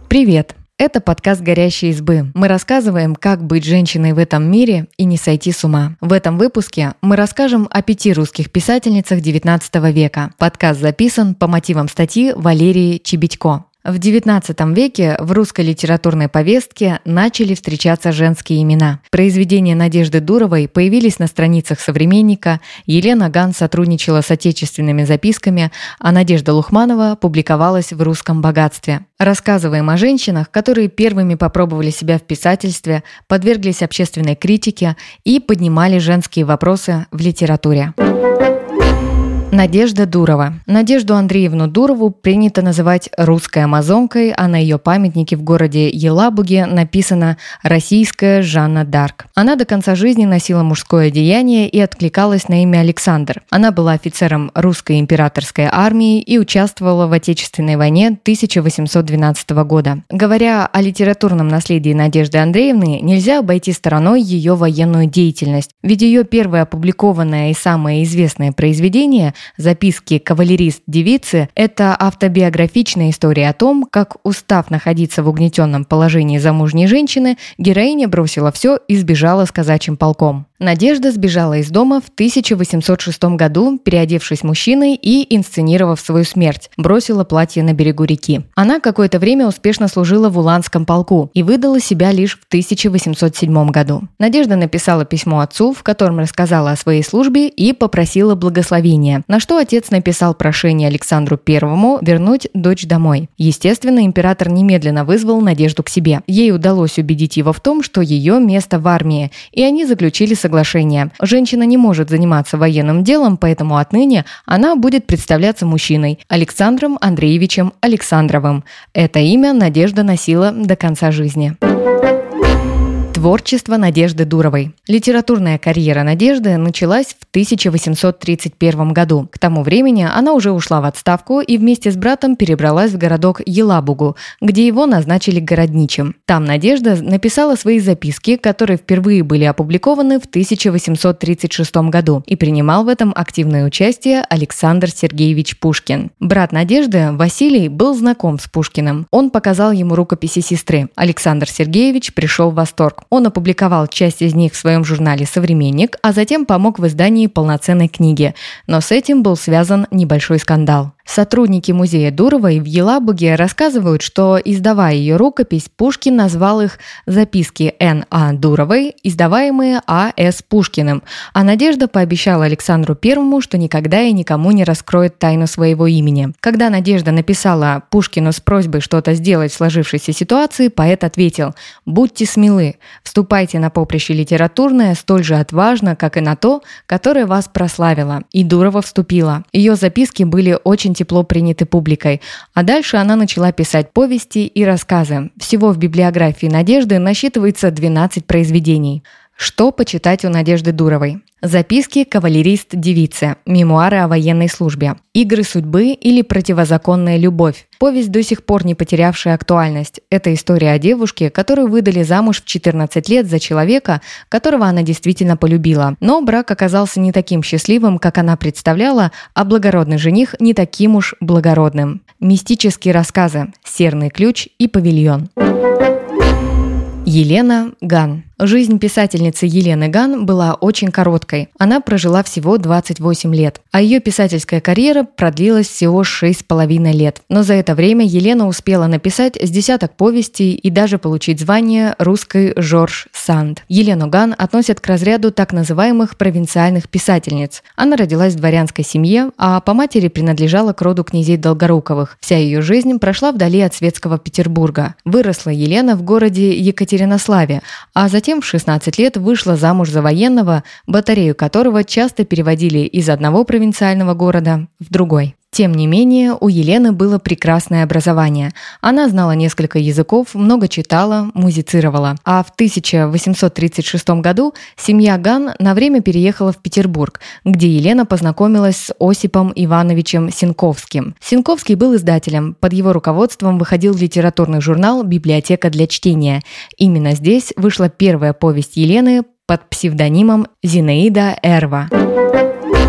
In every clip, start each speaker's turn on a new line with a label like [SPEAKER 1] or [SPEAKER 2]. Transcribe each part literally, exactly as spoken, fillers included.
[SPEAKER 1] Привет! Это подкаст «Горящие избы». Мы рассказываем, как быть женщиной в этом мире и не сойти с ума. В этом выпуске мы расскажем о пяти русских писательницах девятнадцатого века. Подкаст записан по мотивам статьи Валерии Чебедько. В девятнадцатом веке в русской литературной повестке начали встречаться женские имена. Произведения Надежды Дуровой появились на страницах «Современника», Елена Ган сотрудничала с отечественными записками, а Надежда Лухманова публиковалась в «Русском богатстве». Рассказываем о женщинах, которые первыми попробовали себя в писательстве, подверглись общественной критике и поднимали женские вопросы в литературе. Надежда Дурова. Надежду Андреевну Дурову принято называть русской амазонкой, а на ее памятнике в городе Елабуге написано «Российская Жанна д'Арк». Она до конца жизни носила мужское одеяние и откликалась на имя Александр. Она была офицером русской императорской армии и участвовала в Отечественной войне тысяча восемьсот двенадцатого года. Говоря о литературном наследии Надежды Андреевны, нельзя обойти стороной ее военную деятельность, ведь ее первое опубликованное и самое известное произведение «Записки кавалерист-девицы» – это автобиографичная история о том, как, устав находиться в угнетенном положении замужней женщины, героиня бросила все и сбежала с казачьим полком. Надежда сбежала из дома в тысяча восемьсот шестом году, переодевшись мужчиной и инсценировав свою смерть, бросила платье на берегу реки. Она какое-то время успешно служила в Уланском полку и выдала себя лишь в тысяча восемьсот седьмом году. Надежда написала письмо отцу, в котором рассказала о своей службе и попросила благословения, на что отец написал прошение Александру Первому вернуть дочь домой. Естественно, император немедленно вызвал Надежду к себе. Ей удалось убедить его в том, что ее место в армии, и они заключили соглашение. Женщина не может заниматься военным делом, поэтому отныне она будет представляться мужчиной – Александром Андреевичем Александровым. Это имя Надежда носила до конца жизни. Творчество Надежды Дуровой. Литературная карьера Надежды началась в тысяча восемьсот тридцать первом году. К тому времени она уже ушла в отставку и вместе с братом перебралась в городок Елабугу, где его назначили городничим. Там Надежда написала свои записки, которые впервые были опубликованы в тысяча восемьсот тридцать шестом году, и принимал в этом активное участие Александр Сергеевич Пушкин. Брат Надежды, Василий, был знаком с Пушкиным. Он показал ему рукописи сестры. Александр Сергеевич пришел в восторг. Он опубликовал часть из них в своем журнале «Современник», а затем помог в издании полноценной книги. Но с этим был связан небольшой скандал. Сотрудники музея Дуровой в Елабуге рассказывают, что, издавая ее рукопись, Пушкин назвал их «Записки Н А Дуровой», издаваемые А С Пушкиным, а Надежда пообещала Александру Первому, что никогда и никому не раскроет тайну своего имени. Когда Надежда написала Пушкину с просьбой что-то сделать в сложившейся ситуации, поэт ответил: «Будьте смелы, вступайте на поприще литературное столь же отважно, как и на то, которое вас прославило». И Дурова вступила. Ее записки были очень тепло приняты публикой, а дальше она начала писать повести и рассказы. Всего в библиографии Надежды насчитывается двенадцать произведений. Что почитать у Надежды Дуровой? Записки кавалерист-девицы, мемуары о военной службе, игры судьбы или противозаконная любовь. Повесть, до сих пор не потерявшая актуальность. Это история о девушке, которую выдали замуж в четырнадцать лет за человека, которого она действительно полюбила. Но брак оказался не таким счастливым, как она представляла, а благородный жених не таким уж благородным. Мистические рассказы, серный ключ и павильон. Елена Ган. Жизнь писательницы Елены Ган была очень короткой. Она прожила всего двадцать восемь лет, а ее писательская карьера продлилась всего шесть с половиной лет. Но за это время Елена успела написать с десяток повестей и даже получить звание русской Жорж Санд. Елену Ган относят к разряду так называемых провинциальных писательниц. Она родилась в дворянской семье, а по матери принадлежала к роду князей Долгоруковых. Вся ее жизнь прошла вдали от светского Петербурга. Выросла Елена в городе Екатеринославе, а затем в шестнадцать лет вышла замуж за военного, батарею которого часто переводили из одного провинциального города в другой. Тем не менее, у Елены было прекрасное образование. Она знала несколько языков, много читала, музицировала. А в тысяча восемьсот тридцать шестом году семья Ган на время переехала в Петербург, где Елена познакомилась с Осипом Ивановичем Сенковским. Сенковский был издателем. Под его руководством выходил литературный журнал «Библиотека для чтения». Именно здесь вышла первая повесть Елены под псевдонимом Зинаида Эрва.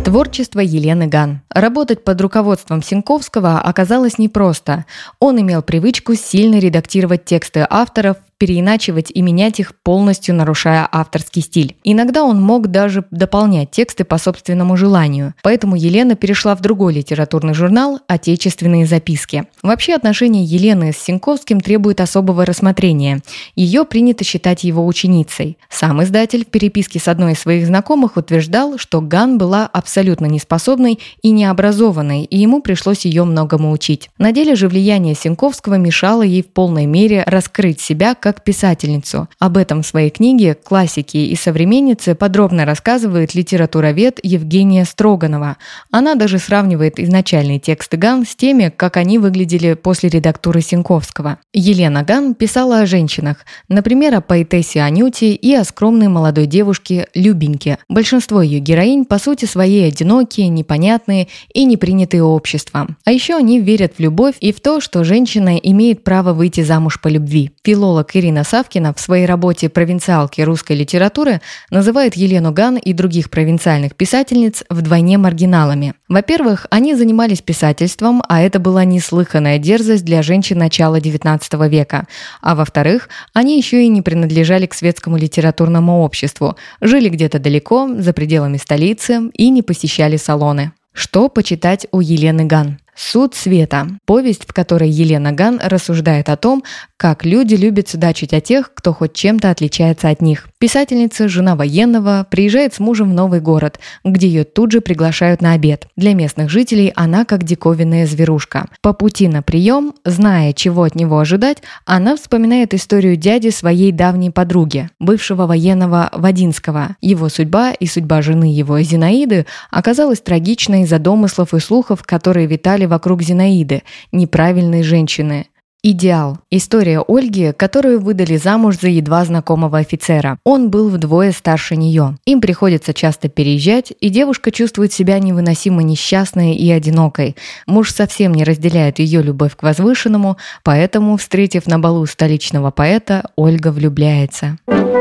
[SPEAKER 1] Творчество Елены Ган. Работать под руководством Синковского оказалось непросто. Он имел привычку сильно редактировать тексты авторов, переиначивать и менять их, полностью нарушая авторский стиль. Иногда он мог даже дополнять тексты по собственному желанию. Поэтому Елена перешла в другой литературный журнал «Отечественные записки». Вообще отношения Елены с Синковским требуют особого рассмотрения. Ее принято считать его ученицей. Сам издатель в переписке с одной из своих знакомых утверждал, что Ган была абсолютно неспособной и необразованной, и ему пришлось ее многому учить. На деле же влияние Синковского мешало ей в полной мере раскрыть себя как писательницу. Об этом в своей книге «Классики и современницы» подробно рассказывает литературовед Евгения Строганова. Она даже сравнивает изначальные тексты Ган с теми, как они выглядели после редактуры Синковского. Елена Ган писала о женщинах, например, о поэтессе Анюте и о скромной молодой девушке Любеньке. Большинство ее героинь, по сути своей, одинокие, непонятные и непринятые обществом. А еще они верят в любовь и в то, что женщина имеет право выйти замуж по любви. Филолог Ирина Савкина в своей работе «Провинциалки русской литературы» называет Елену Ган и других провинциальных писательниц вдвойне маргиналами. Во-первых, они занимались писательством, а это была неслыханная дерзость для женщин начала девятнадцатого века. А во-вторых, они еще и не принадлежали к светскому литературному обществу, жили где-то далеко, за пределами столицы и не посещали салоны. Что почитать у Елены Ган? «Суд света» – повесть, в которой Елена Ган рассуждает о том, как люди любят судачить о тех, кто хоть чем-то отличается от них. Писательница, жена военного, приезжает с мужем в новый город, где ее тут же приглашают на обед. Для местных жителей она как диковинная зверушка. По пути на прием, зная, чего от него ожидать, она вспоминает историю дяди своей давней подруги, бывшего военного Водинского. Его судьба и судьба жены его, Зинаиды, оказалась трагичной из-за домыслов и слухов, которые витали вокруг Зинаиды, неправильной женщины. «Идеал» – история Ольги, которую выдали замуж за едва знакомого офицера. Он был вдвое старше нее. Им приходится часто переезжать, и девушка чувствует себя невыносимо несчастной и одинокой. Муж совсем не разделяет ее любовь к возвышенному, поэтому, встретив на балу столичного поэта, Ольга влюбляется.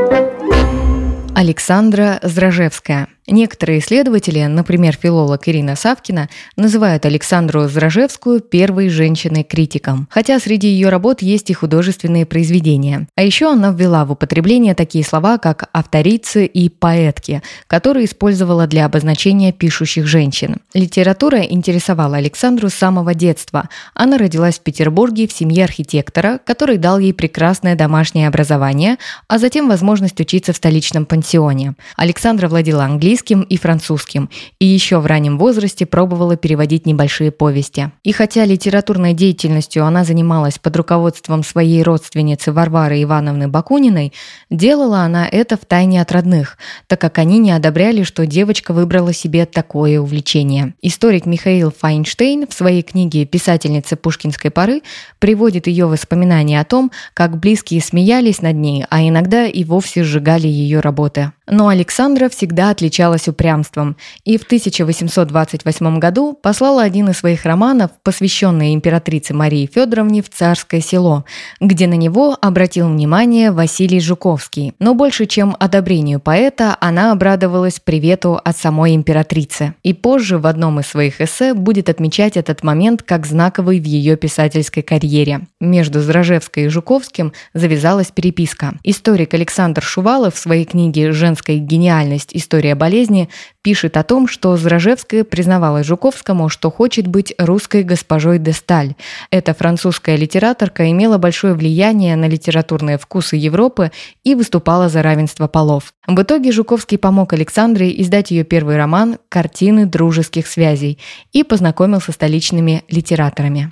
[SPEAKER 1] Александра Зражевская. Некоторые исследователи, например, филолог Ирина Савкина, называют Александру Зражевскую первой женщиной-критиком, хотя среди ее работ есть и художественные произведения. А еще она ввела в употребление такие слова, как «авторицы» и «поэтки», которые использовала для обозначения пишущих женщин. Литература интересовала Александру с самого детства. Она родилась в Петербурге в семье архитектора, который дал ей прекрасное домашнее образование, а затем возможность учиться в столичном пансионе. Александра владела английским и французским, и еще в раннем возрасте пробовала переводить небольшие повести. И хотя литературной деятельностью она занималась под руководством своей родственницы Варвары Ивановны Бакуниной, делала она это втайне от родных, так как они не одобряли, что девочка выбрала себе такое увлечение. Историк Михаил Файнштейн в своей книге «Писательница пушкинской поры» приводит ее воспоминания о том, как близкие смеялись над ней, а иногда и вовсе сжигали ее работы. Но Александра всегда отличалась упрямством и в тысяча восемьсот двадцать восьмом году послала один из своих романов, посвященный императрице Марии Федоровне, в Царское Село, где на него обратил внимание Василий Жуковский. Но больше, чем одобрению поэта, она обрадовалась привету от самой императрицы. И позже в одном из своих эссе будет отмечать этот момент как знаковый в ее писательской карьере. Между Зражевской и Жуковским завязалась переписка. Историк Александр Шувалов в своей книге «Женская гениальность. История болезни» пишет о том, что Зражевская признавалась Жуковскому, что хочет быть русской госпожой де Сталь. Эта французская литераторка имела большое влияние на литературные вкусы Европы и выступала за равенство полов. В итоге Жуковский помог Александре издать ее первый роман «Картины дружеских связей» и познакомил со столичными литераторами.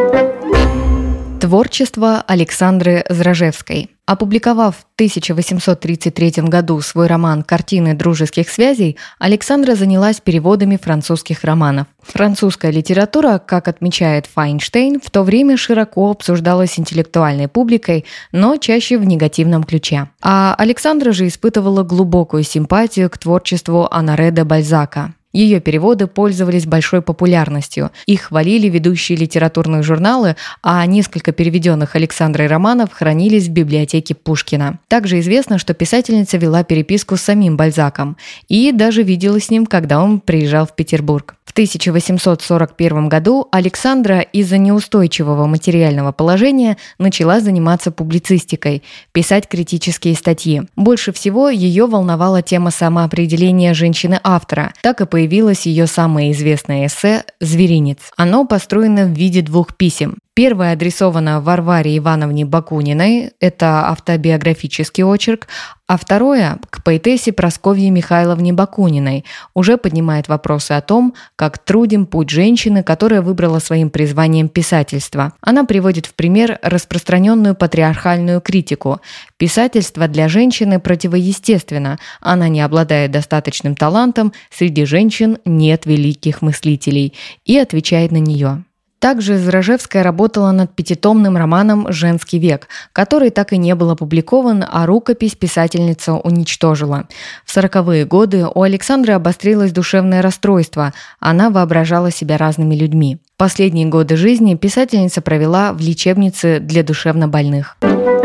[SPEAKER 1] Творчество Александры Зражевской. Опубликовав в тысяча восемьсот тридцать третьем году свой роман «Картины дружеских связей», Александра занялась переводами французских романов. Французская литература, как отмечает Файнштейн, в то время широко обсуждалась интеллектуальной публикой, но чаще в негативном ключе. А Александра же испытывала глубокую симпатию к творчеству Оноре де Бальзака. Ее переводы пользовались большой популярностью. Их хвалили ведущие литературные журналы, а несколько переведенных Александрой романов хранились в библиотеке Пушкина. Также известно, что писательница вела переписку с самим Бальзаком и даже виделась с ним, когда он приезжал в Петербург. В тысяча восемьсот сорок первом году Александра из-за неустойчивого материального положения начала заниматься публицистикой, писать критические статьи. Больше всего ее волновала тема самоопределения женщины-автора. Так и появилось ее самое известное эссе «Зверинец». Оно построено в виде двух писем. Первое адресовано Варваре Ивановне Бакуниной, это автобиографический очерк, а второе – к поэтессе Прасковье Михайловне Бакуниной, уже поднимает вопросы о том, как труден путь женщины, которая выбрала своим призванием писательство. Она приводит в пример распространенную патриархальную критику. Писательство для женщины противоестественно, она не обладает достаточным талантом, среди женщин нет великих мыслителей, и отвечает на нее. Также Зражевская работала над пятитомным романом «Женский век», который так и не был опубликован, а рукопись писательница уничтожила. В сороковые годы у Александры обострилось душевное расстройство, она воображала себя разными людьми. Последние годы жизни писательница провела в лечебнице для душевнобольных.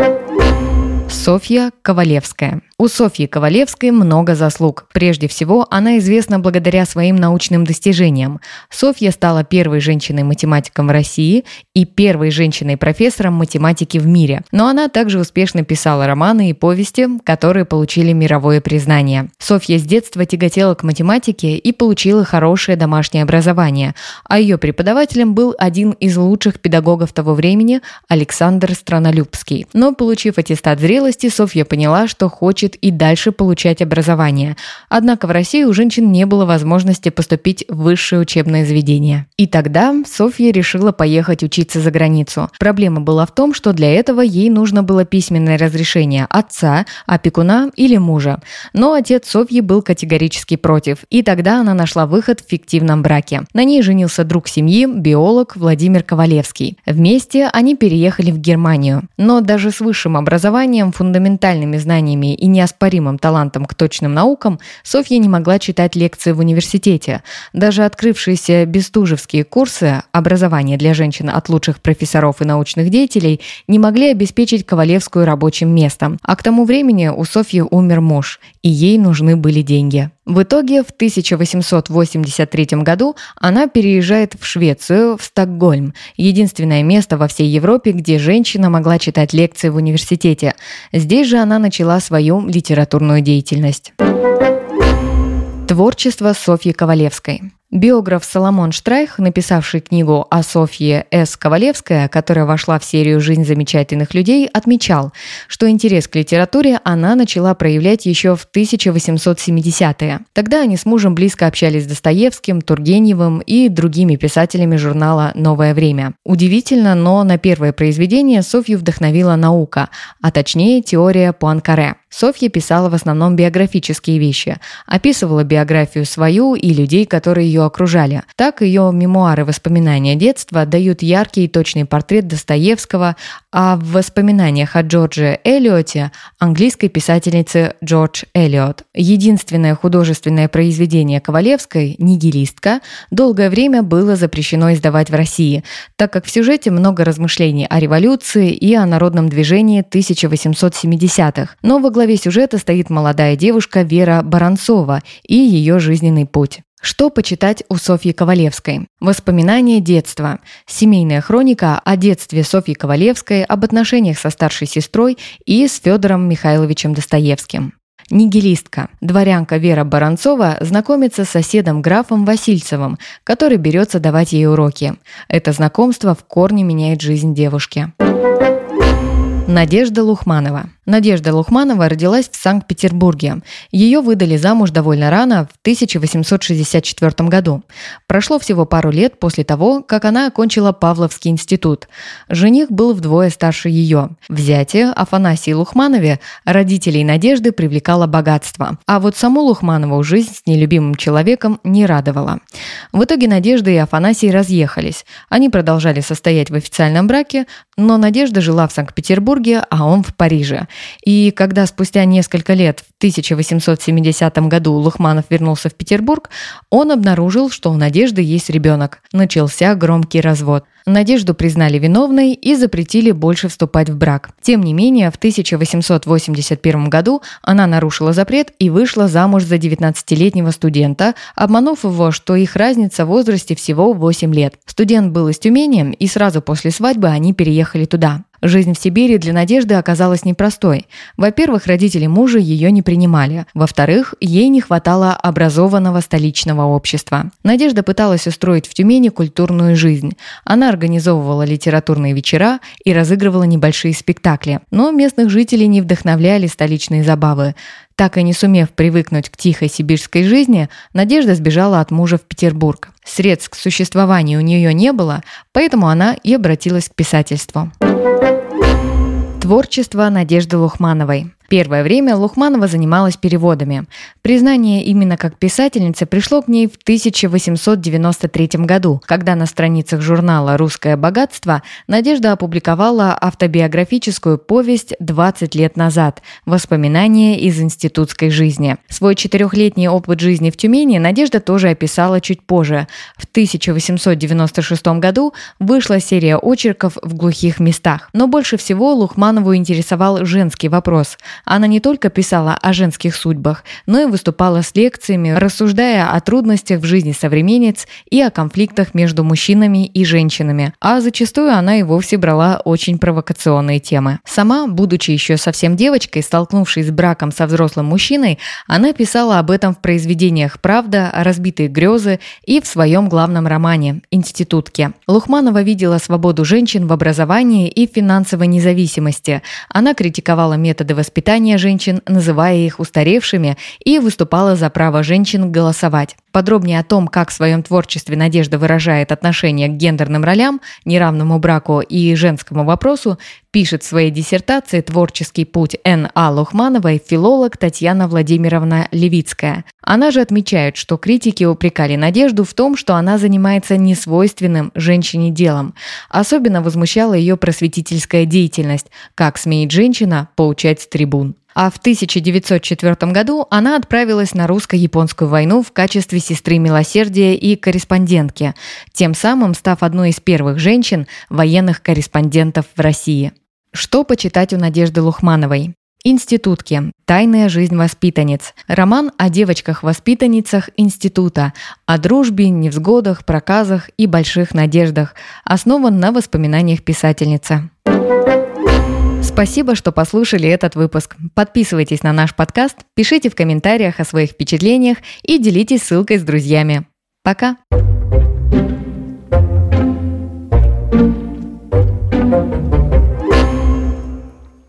[SPEAKER 1] Софья Ковалевская. У Софьи Ковалевской много заслуг. Прежде всего, она известна благодаря своим научным достижениям. Софья стала первой женщиной-математиком в России и первой женщиной-профессором математики в мире. Но она также успешно писала романы и повести, которые получили мировое признание. Софья с детства тяготела к математике и получила хорошее домашнее образование, а ее преподавателем был один из лучших педагогов того времени Александр Странолюбский. Но, получив аттестат зрелости, Софья поняла, что хочет и дальше получать образование. Однако в России у женщин не было возможности поступить в высшее учебное заведение. И тогда Софья решила поехать учиться за границу. Проблема была в том, что для этого ей нужно было письменное разрешение отца, опекуна или мужа. Но отец Софьи был категорически против, и тогда она нашла выход в фиктивном браке. На ней женился друг семьи, биолог Владимир Ковалевский. Вместе они переехали в Германию. Но даже с высшим образованием, фундаментальными знаниями и неоспоримым талантом к точным наукам Софья не могла читать лекции в университете. Даже открывшиеся бестужевские курсы образования для женщин от лучших профессоров и научных деятелей не могли обеспечить Ковалевскую рабочим местом. А к тому времени у Софьи умер муж, и ей нужны были деньги. В итоге в тысяча восемьсот восемьдесят третьем году она переезжает в Швецию, в Стокгольм, единственное место во всей Европе, где женщина могла читать лекции в университете. Здесь же она начала свою литературную деятельность. Творчество Софьи Ковалевской. Биограф Соломон Штрайх, написавший книгу о Софье С. Ковалевская, которая вошла в серию «Жизнь замечательных людей», отмечал, что интерес к литературе она начала проявлять еще в тысяча восемьсот семидесятые. Тогда они с мужем близко общались с Достоевским, Тургеневым и другими писателями журнала «Новое время». Удивительно, но на первое произведение Софью вдохновила наука, а точнее теория Пуанкаре. Софья писала в основном биографические вещи, описывала биографию свою и людей, которые ее окружали. Так ее мемуары-воспоминания детства дают яркий и точный портрет Достоевского, а в воспоминаниях о Джордже Элиоте – английской писательницы Джордж Элиот. Единственное художественное произведение Ковалевской «Нигилистка» долгое время было запрещено издавать в России, так как в сюжете много размышлений о революции и о народном движении тысяча восемьсот семидесятых. Но во главе сюжета стоит молодая девушка Вера Баранцова и ее жизненный путь. Что почитать у Софьи Ковалевской? Воспоминания детства. Семейная хроника о детстве Софьи Ковалевской, об отношениях со старшей сестрой и с Федором Михайловичем Достоевским. Нигилистка. Дворянка Вера Баранцова знакомится с соседом графом Васильцевым, который берется давать ей уроки. Это знакомство в корне меняет жизнь девушки. Надежда Лухманова. Надежда Лухманова родилась в Санкт-Петербурге. Ее выдали замуж довольно рано, в тысяча восемьсот шестьдесят четвёртом году. Прошло всего пару лет после того, как она окончила Павловский институт. Жених был вдвое старше ее. В зяте Афанасии Лухманове родителей Надежды привлекало богатство. А вот саму Лухманову жизнь с нелюбимым человеком не радовала. В итоге Надежда и Афанасий разъехались. Они продолжали состоять в официальном браке, но Надежда жила в Санкт-Петербурге, а он в Париже. И когда спустя несколько лет, в тысяча восемьсот семидесятом году, Лухманов вернулся в Петербург, он обнаружил, что у Надежды есть ребенок. Начался громкий развод. Надежду признали виновной и запретили больше вступать в брак. Тем не менее, в тысяча восемьсот восемьдесят первом году она нарушила запрет и вышла замуж за девятнадцатилетнего студента, обманув его, что их разница в возрасте всего восемь лет. Студент был из Тюмени, и сразу после свадьбы они переехали туда. Жизнь в Сибири для Надежды оказалась непростой. Во-первых, родители мужа ее не принимали. Во-вторых, ей не хватало образованного столичного общества. Надежда пыталась устроить в Тюмени культурную жизнь. Она организовывала литературные вечера и разыгрывала небольшие спектакли. Но местных жителей не вдохновляли столичные забавы. Так и не сумев привыкнуть к тихой сибирской жизни, Надежда сбежала от мужа в Петербург. Средств к существованию у нее не было, поэтому она и обратилась к писательству. Творчество Надежды Лухмановой. Первое время Лухманова занималась переводами. Признание именно как писательницы пришло к ней в тысяча восемьсот девяносто третьем году, когда на страницах журнала «Русское богатство» Надежда опубликовала автобиографическую повесть «двадцать лет назад. Воспоминания из институтской жизни». Свой четырехлетний опыт жизни в Тюмени Надежда тоже описала чуть позже. В тысяча восемьсот девяносто шестом году вышла серия очерков «В глухих местах». Но больше всего Лухманову интересовал женский вопрос. Она не только писала о женских судьбах, но и выступала с лекциями, рассуждая о трудностях в жизни современниц и о конфликтах между мужчинами и женщинами. А зачастую она и вовсе брала очень провокационные темы. Сама, будучи еще совсем девочкой, столкнувшись с браком со взрослым мужчиной, она писала об этом в произведениях «Правда», «Разбитые грезы» и в своем главном романе «Институтке». Лухманова видела свободу женщин в образовании и финансовой независимости. Она критиковала методы воспитания женщин, называя их устаревшими, и выступала за право женщин голосовать. Подробнее о том, как в своем творчестве Надежда выражает отношение к гендерным ролям, неравному браку и женскому вопросу, пишет в своей диссертации «Творческий путь Н А Лухмановой» филолог Татьяна Владимировна Левицкая. Она же отмечает, что критики упрекали Надежду в том, что она занимается несвойственным женщине делом. Особенно возмущала ее просветительская деятельность, как смеет женщина поучать с трибун. А в тысяча девятьсот четвёртом году она отправилась на русско-японскую войну в качестве сестры милосердия и корреспондентки, тем самым став одной из первых женщин военных корреспондентов в России. Что почитать у Надежды Лухмановой? «Институтки. Тайная жизнь воспитанниц». Роман о девочках-воспитанницах института, о дружбе, невзгодах, проказах и больших надеждах. Основан на воспоминаниях писательницы. Спасибо, что послушали этот выпуск. Подписывайтесь на наш подкаст, пишите в комментариях о своих впечатлениях и делитесь ссылкой с друзьями. Пока!